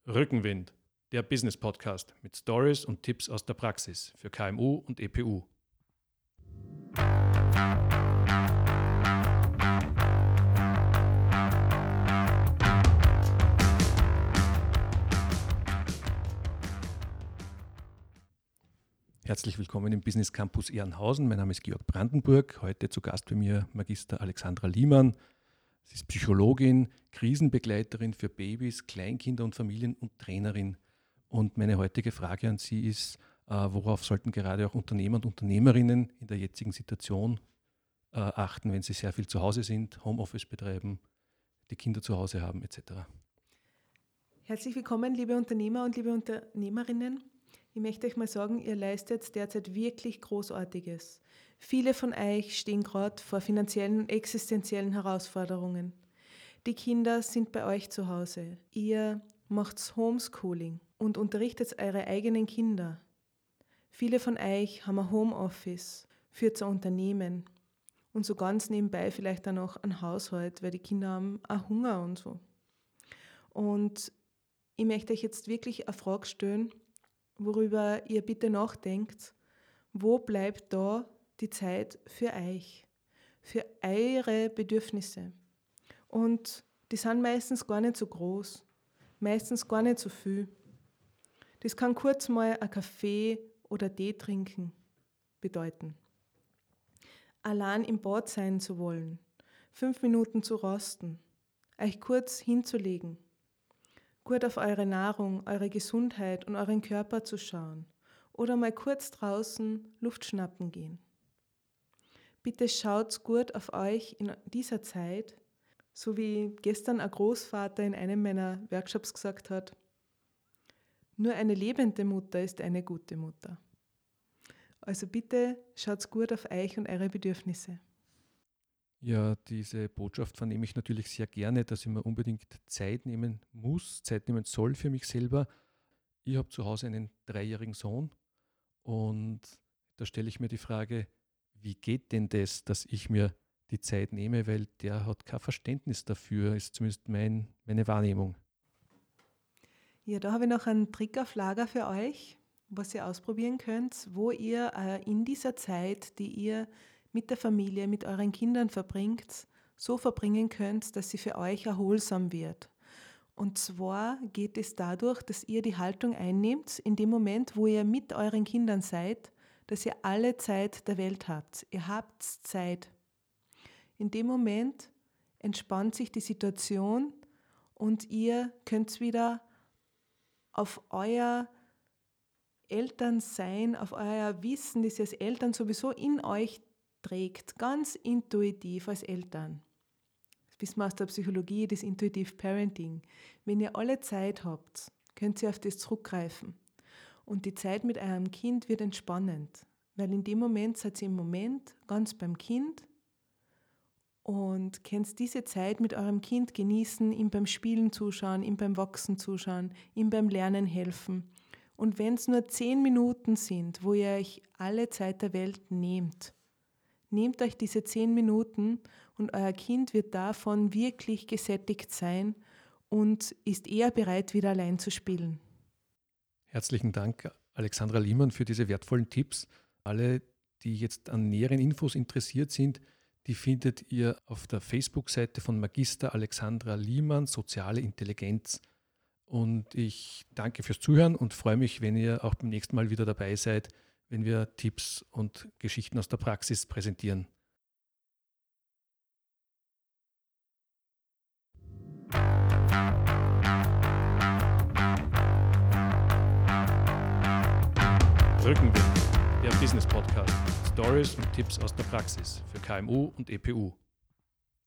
Rückenwind, der Business Podcast mit Stories und Tipps aus der Praxis für KMU und EPU. Herzlich willkommen im Business Campus Ehrenhausen. Mein Name ist Georg Brandenburg. Heute zu Gast bei mir Magister Alexandra Liemann. Sie ist Psychologin, Krisenbegleiterin für Babys, Kleinkinder und Familien und Trainerin. Und meine heutige Frage an Sie ist, worauf sollten gerade auch Unternehmer und Unternehmerinnen in der jetzigen Situation achten, wenn sie sehr viel zu Hause sind, Homeoffice betreiben, die Kinder zu Hause haben etc. Herzlich willkommen, liebe Unternehmer und liebe Unternehmerinnen. Ich möchte euch mal sagen, ihr leistet derzeit wirklich Großartiges. Viele von euch stehen gerade vor finanziellen und existenziellen Herausforderungen. Die Kinder sind bei euch zu Hause. Ihr macht Homeschooling und unterrichtet eure eigenen Kinder. Viele von euch haben ein Homeoffice, führt ein Unternehmen und so ganz nebenbei vielleicht auch noch ein Haushalt, weil die Kinder haben auch Hunger und so. Und ich möchte euch jetzt wirklich eine Frage stellen, worüber ihr bitte nachdenkt. Wo bleibt da die Zeit für euch, für eure Bedürfnisse? Und die sind meistens gar nicht so groß, meistens gar nicht so viel. Das kann kurz mal ein Kaffee oder Tee trinken bedeuten. Allein im Bad sein zu wollen, 5 Minuten zu rasten, euch kurz hinzulegen, gut auf eure Nahrung, eure Gesundheit und euren Körper zu schauen oder mal kurz draußen Luft schnappen gehen. Bitte schaut gut auf euch in dieser Zeit, so wie gestern ein Großvater in einem meiner Workshops gesagt hat, nur eine lebende Mutter ist eine gute Mutter. Also bitte schaut gut auf euch und eure Bedürfnisse. Ja, diese Botschaft vernehme ich natürlich sehr gerne, dass ich mir unbedingt Zeit nehmen muss, Zeit nehmen soll für mich selber. Ich habe zu Hause einen 3-jährigen Sohn und da stelle ich mir die Frage, wie geht denn das, dass ich mir die Zeit nehme, weil der hat kein Verständnis dafür, ist zumindest meine Wahrnehmung. Ja, da habe ich noch einen Trick auf Lager für euch, was ihr ausprobieren könnt, wo ihr in dieser Zeit, die ihr mit der Familie, mit euren Kindern verbringt, so verbringen könnt, dass sie für euch erholsam wird. Und zwar geht es dadurch, dass ihr die Haltung einnehmt, in dem Moment, wo ihr mit euren Kindern seid, dass ihr alle Zeit der Welt habt. Ihr habt Zeit. In dem Moment entspannt sich die Situation und ihr könnt wieder auf euer Elternsein, auf euer Wissen, das ihr als Eltern sowieso in euch trägt, ganz intuitiv als Eltern. Das wissen wir aus der Psychologie, das Intuitive Parenting. Wenn ihr alle Zeit habt, könnt ihr auf das zurückgreifen. Und die Zeit mit eurem Kind wird entspannend, weil in dem Moment seid ihr im Moment ganz beim Kind und könnt diese Zeit mit eurem Kind genießen, ihm beim Spielen zuschauen, ihm beim Wachsen zuschauen, ihm beim Lernen helfen. Und wenn es nur 10 Minuten sind, wo ihr euch alle Zeit der Welt nehmt euch diese 10 Minuten und euer Kind wird davon wirklich gesättigt sein und ist eher bereit, wieder allein zu spielen. Herzlichen Dank, Alexandra Liemann, für diese wertvollen Tipps. Alle, die jetzt an näheren Infos interessiert sind, die findet ihr auf der Facebook-Seite von Magister Alexandra Liemann, Soziale Intelligenz. Und ich danke fürs Zuhören und freue mich, wenn ihr auch beim nächsten Mal wieder dabei seid, wenn wir Tipps und Geschichten aus der Praxis präsentieren. Rückenwind, der Business Podcast. Stories und Tipps aus der Praxis für KMU und EPU.